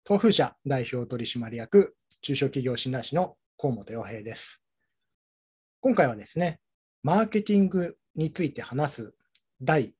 東風社代表取締役中小企業診断士の河本洋平です。今回はですね、マーケティングについて話す第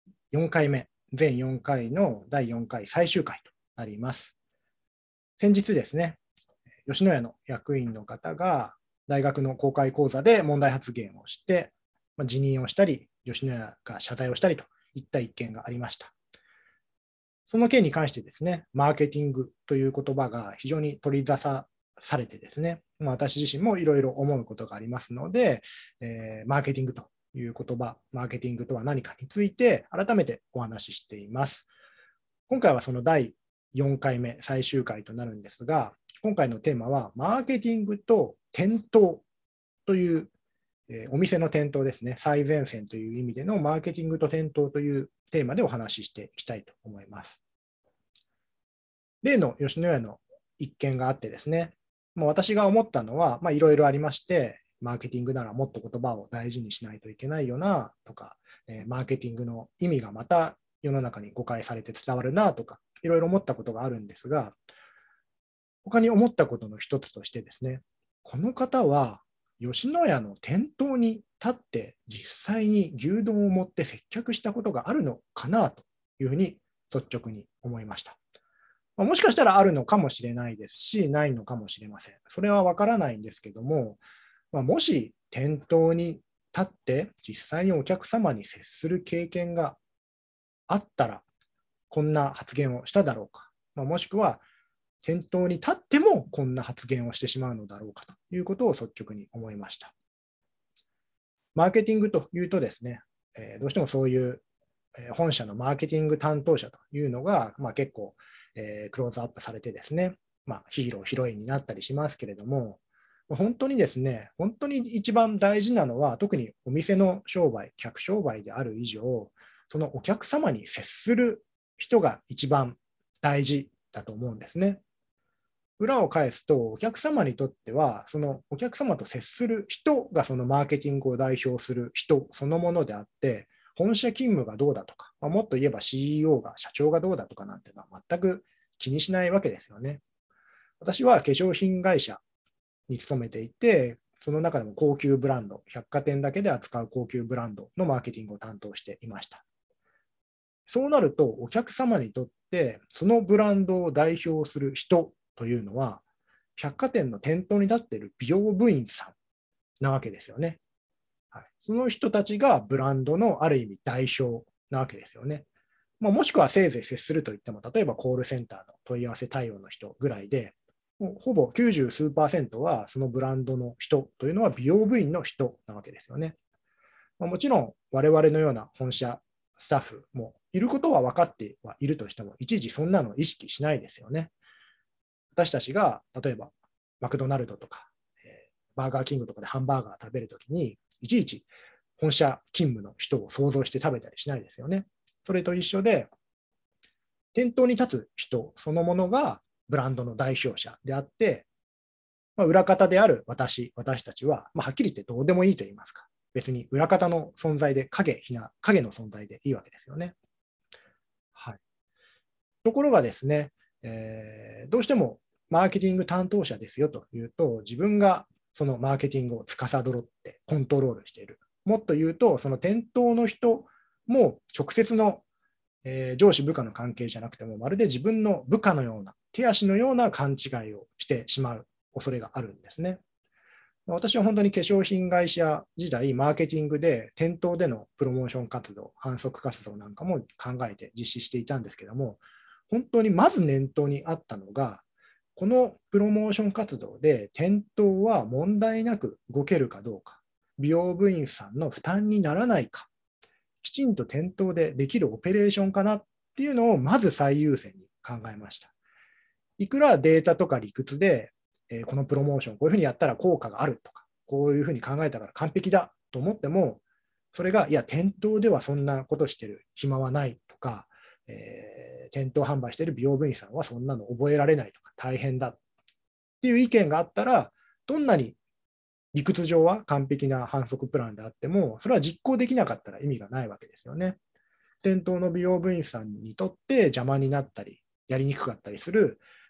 4回目、全4回の第4回最終回となります。先日ですね、吉野家の役員の方が大学の公開講座で問題発言をして、辞任をしたり、吉野家が謝罪をしたりといった一件がありました。その件に関してですね、マーケティングという言葉が非常に取り沙汰されてですね、私自身もいろいろ思うことがありますので、マーケティングという言葉、マーケティングとは何かについて改めてお話ししています。今回はその第4回目、最終回となるんですが、今回のテーマは、マーケティングと店頭という、お店の店頭ですね、最前線という意味でのマーケティングと店頭というテーマでお話ししていきたいと思います。例の吉野家の一件があってですね、私が思ったのは、いろいろありまして、マーケティングならもっと言葉を大事にしないといけないよなとか、マーケティングの意味がまた世の中に誤解されて伝わるなとか、いろいろ思ったことがあるんですが、他に思ったことの一つとしてですね、この方は吉野家の店頭に立って実際に牛丼を持って接客したことがあるのかなというふうに率直に思いました。もしかしたらあるのかもしれないですし、ないのかもしれません。それはわからないんですけども、もし店頭に立って実際にお客様に接する経験があったら、こんな発言をしただろうか。もしくは、店頭に立ってもこんな発言をしてしまうのだろうかということを率直に思いました。マーケティングというとですね、どうしてもそういう本社のマーケティング担当者というのが、結構、クローズアップされてですね、ヒーロー、ヒロインになったりしますけれども、本当にですね、本当に一番大事なのは、特にお店の商売、客商売である以上、そのお客様に接する人が一番大事だと思うんですね。裏を返すと、お客様にとっては、そのお客様と接する人がそのマーケティングを代表する人そのものであって、本社勤務がどうだとか、もっと言えば CEO が、社長がどうだとかなんていうのは全く気にしないわけですよね。私は化粧品会社に勤めていて、その中でも高級ブランド、百貨店だけで扱う高級ブランドのマーケティングを担当していました。そうなると、お客様にとって、そのブランドを代表する人というのは、百貨店の店頭に立っている美容部員さんなわけですよね。はい、その人たちがブランドのある意味代表なわけですよね。もしくはせいぜい接するといっても、例えばコールセンターの問い合わせ対応の人ぐらいで、もうほぼ90数%はそのブランドの人というのは美容部員の人なわけですよね。もちろん我々のような本社スタッフもいることは分かってはいるとしても、いちいちそんなの意識しないですよね。私たちが例えばマクドナルドとか、バーガーキングとかでハンバーガー食べるときに、いちいち本社勤務の人を想像して食べたりしないですよね。それと一緒で、店頭に立つ人そのものがブランドの代表者であって、裏方である私たちは、はっきり言ってどうでもいいと言いますか、別に裏方の存在で影の存在でいいわけですよね。はい、ところがですね、どうしてもマーケティング担当者ですよというと、自分がそのマーケティングを司ってコントロールしている。もっと言うと、その店頭の人も直接の、上司部下の関係じゃなくても、まるで自分の部下のような、手足のような勘違いをしてしまう恐れがあるんですね。私は本当に化粧品会社時代、マーケティングで店頭でのプロモーション活動、販促活動なんかも考えて実施していたんですけども、本当にまず念頭にあったのが、このプロモーション活動で店頭は問題なく動けるかどうか、美容部員さんの負担にならないか、きちんと店頭でできるオペレーションかなっていうのをまず最優先に考えました。いくらデータとか理屈で、このプロモーションこういうふうにやったら効果があるとか、こういうふうに考えたから完璧だと思っても、それがいや店頭ではそんなことしてる暇はないとか、店頭販売している美容部員さんはそんなの覚えられないとか大変だっていう意見があったら、どんなに理屈上は完璧な販促プランであっても、それは実行できなかったら意味がないわけですよね。店頭の美容部員さんにとって邪魔になったり、やりにくかったりする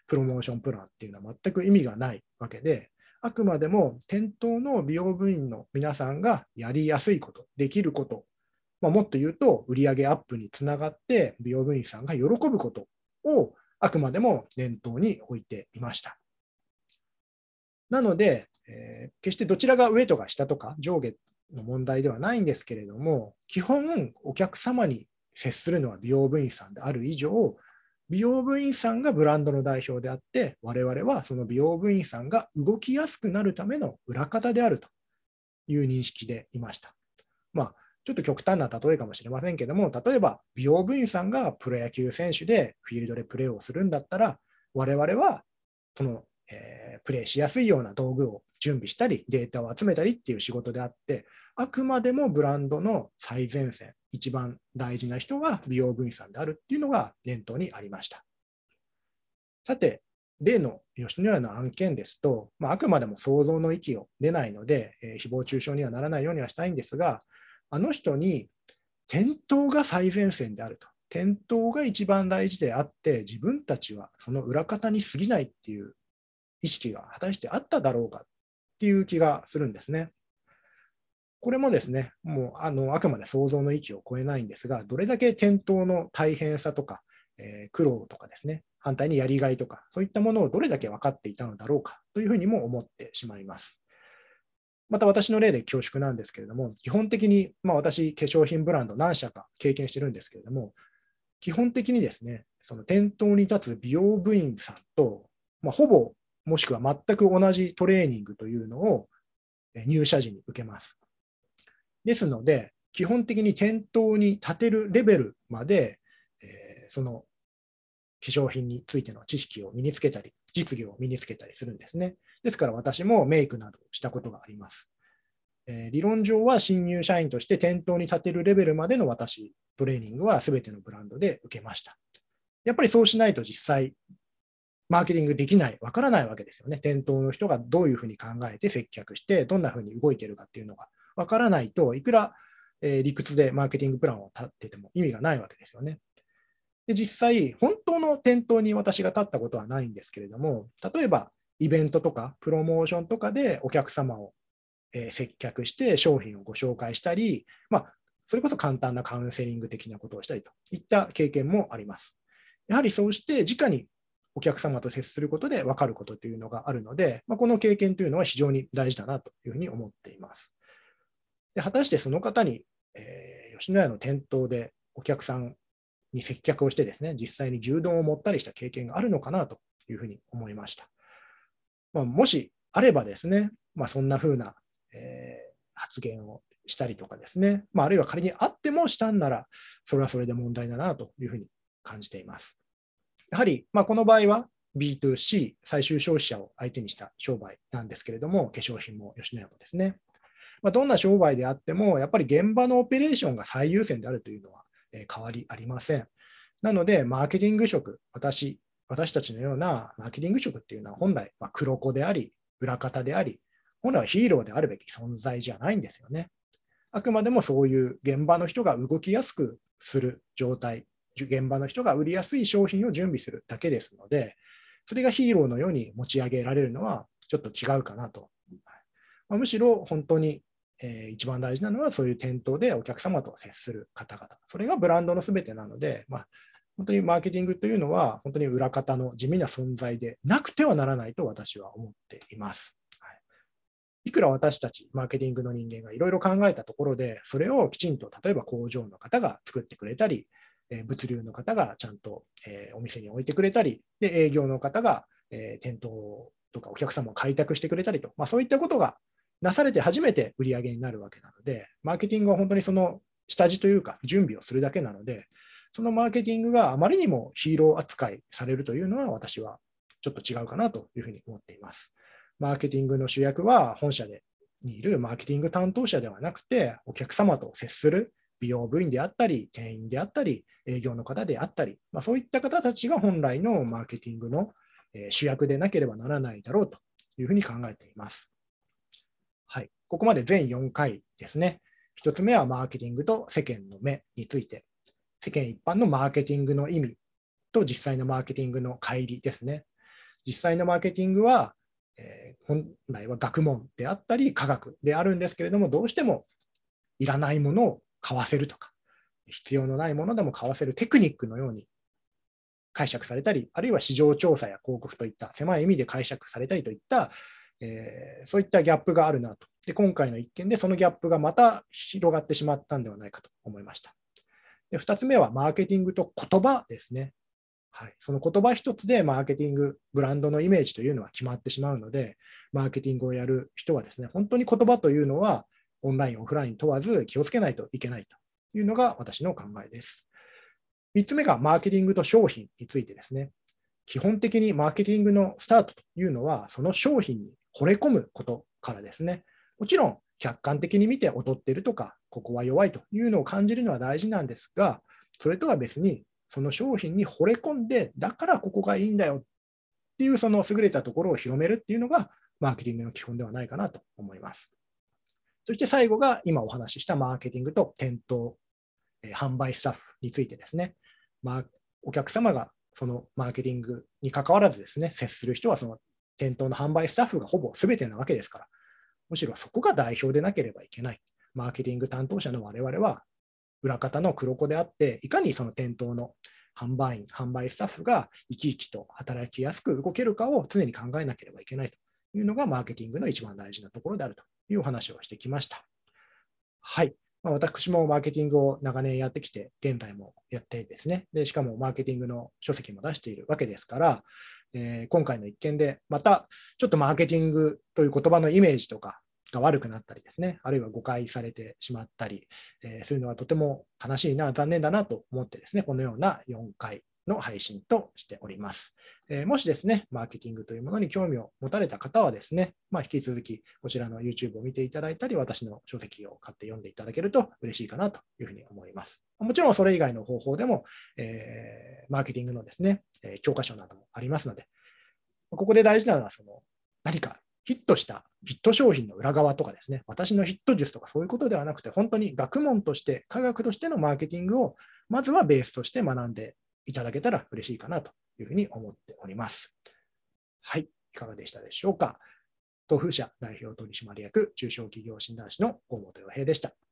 プロモーションプランっていうのは全く意味がないわけで、あくまでも店頭の美容部員の皆さんがやりやすいこと、できること、もっと言うと売上アップにつながって美容部員さんが喜ぶことをあくまでも念頭に置いていました。なので、決してどちらが上とか下とか上下の問題ではないんですけれども、基本お客様に接するのは美容部員さんである以上、美容部員さんがブランドの代表であって、我々はその美容部員さんが動きやすくなるための裏方であるという認識でいました。ちょっと極端な例えかもしれませんけども、例えば美容部員さんがプロ野球選手でフィールドでプレーをするんだったら、我々はその、プレーしやすいような道具を準備したり、データを集めたりっていう仕事であって、あくまでもブランドの最前線、一番大事な人が美容部員さんであるっていうのが念頭にありました。さて、例の吉野家の案件ですと、あくまでも想像の域を出ないので、誹謗中傷にはならないようにはしたいんですが、あの人に店頭が最前線であると。店頭が一番大事であって、自分たちはその裏方に過ぎないっていう意識が果たしてあっただろうかっていう気がするんですね。これもですね、もうあくまで想像の域を超えないんですが、どれだけ店頭の大変さとか、苦労とかですね、反対にやりがいとか、そういったものをどれだけ分かっていたのだろうかというふうにも思ってしまいます。また私の例で恐縮なんですけれども、基本的に、私、化粧品ブランド何社か経験してるんですけれども、基本的にですね、その店頭に立つ美容部員さんと、ほぼもしくは全く同じトレーニングというのを入社時に受けます。ですので、基本的に店頭に立てるレベルまで、その化粧品についての知識を身につけたり、実技を身につけたりするんですね。ですから私もメイクなどをしたことがあります。理論上は新入社員として店頭に立てるレベルまでの私、トレーニングはすべてのブランドで受けました。やっぱりそうしないと実際、マーケティングできない、わからないわけですよね。店頭の人がどういうふうに考えて接客して、どんなふうに動いているかっていうのがわからないといくら理屈でマーケティングプランを立てても意味がないわけですよね。で、実際、本当の店頭に私が立ったことはないんですけれども、例えばイベントとかプロモーションとかでお客様を接客して商品をご紹介したり、それこそ簡単なカウンセリング的なことをしたりといった経験もあります。やはりそうして直にお客様と接することで分かることというのがあるので、この経験というのは非常に大事だなというふうに思っています。で果たしてその方に、吉野家の店頭でお客さんに接客をしてですね、実際に牛丼を盛ったりした経験があるのかなというふうに思いました。もしあればですね、そんなふうな、発言をしたりとかですね、あるいは仮にあってもしたんなら、それはそれで問題だなというふうに感じています。やはり、この場合は B2C、最終消費者を相手にした商売なんですけれども、化粧品も吉野家もですね、どんな商売であっても、やっぱり現場のオペレーションが最優先であるというのは変わりありません。なので、マーケティング職、私たちのようなマーケティング職っていうのは本来、黒子であり、裏方であり、本来はヒーローであるべき存在じゃないんですよね。あくまでもそういう現場の人が動きやすくする状態、現場の人が売りやすい商品を準備するだけですので、それがヒーローのように持ち上げられるのはちょっと違うかなと。むしろ本当に一番大事なのはそういう店頭でお客様と接する方々。それがブランドのすべてなので、本当にマーケティングというのは本当に裏方の地味な存在でなくてはならないと私は思っています。いくら私たちマーケティングの人間がいろいろ考えたところで、それをきちんと例えば工場の方が作ってくれたり、物流の方がちゃんとお店に置いてくれたり、で営業の方が店頭とかお客様を開拓してくれたりと、そういったことがなされて初めて売り上げになるわけなので、マーケティングは本当にその下地というか準備をするだけなので、そのマーケティングがあまりにもヒーロー扱いされるというのは私はちょっと違うかなというふうに思っています。マーケティングの主役は本社にいるマーケティング担当者ではなくて、お客様と接する美容部員であったり、店員であったり、営業の方であったり、そういった方たちが本来のマーケティングの主役でなければならないだろうというふうに考えています。はい、ここまで全4回ですね。1つ目はマーケティングと世間の目について、世間一般のマーケティングの意味と実際のマーケティングの乖離ですね。 実際のマーケティングは、本来は学問であったり科学であるんですけれども、どうしてもいらないものを買わせるとか、必要のないものでも買わせるテクニックのように解釈されたり、あるいは市場調査や広告といった狭い意味で解釈されたりといった、そういったギャップがあるなと。で、今回の一件でそのギャップがまた広がってしまったんではないかと思いました。で、2つ目はマーケティングと言葉ですね。はい、その言葉一つでマーケティング、ブランドのイメージというのは決まってしまうので、マーケティングをやる人はですね、本当に言葉というのはオンライン、オフライン問わず気をつけないといけないというのが私の考えです。3つ目がマーケティングと商品についてですね。基本的にマーケティングのスタートというのは、その商品に惚れ込むことからですね。もちろん、客観的に見て劣っているとか、ここは弱いというのを感じるのは大事なんですが、それとは別に、その商品に惚れ込んで、だからここがいいんだよっていう、その優れたところを広めるっていうのが、マーケティングの基本ではないかなと思います。そして最後が、今お話ししたマーケティングと店頭、販売スタッフについてですね。お客様がそのマーケティングに関わらずですね、接する人はその店頭の販売スタッフがほぼ全てなわけですから、むしろそこが代表でなければいけない。マーケティング担当者の我々は、裏方の黒子であって、いかにその店頭の販売員、販売スタッフが生き生きと働きやすく動けるかを常に考えなければいけないというのがマーケティングの一番大事なところであるというお話をしてきました。はい。私もマーケティングを長年やってきて、現在もやってですね、でしかもマーケティングの書籍も出しているわけですから、今回の一件で、またちょっとマーケティングという言葉のイメージとかが悪くなったりですね、あるいは誤解されてしまったり、そういうのはとても悲しいな、残念だなと思ってですね、このような4回の配信としております。もしですね、マーケティングというものに興味を持たれた方はですね、引き続きこちらの YouTube を見ていただいたり、私の書籍を買って読んでいただけると嬉しいかなというふうに思います。もちろんそれ以外の方法でも、マーケティングのですね、教科書などもありますので、ここで大事なのは何かヒットしたヒット商品の裏側とかですね、私のヒット術とかそういうことではなくて、本当に学問として、科学としてのマーケティングをまずはベースとして学んでいただけたら嬉しいかなというふうに思っております。はい、いかがでしたでしょうか。東風社代表取締役中小企業診断士の河本洋平でした。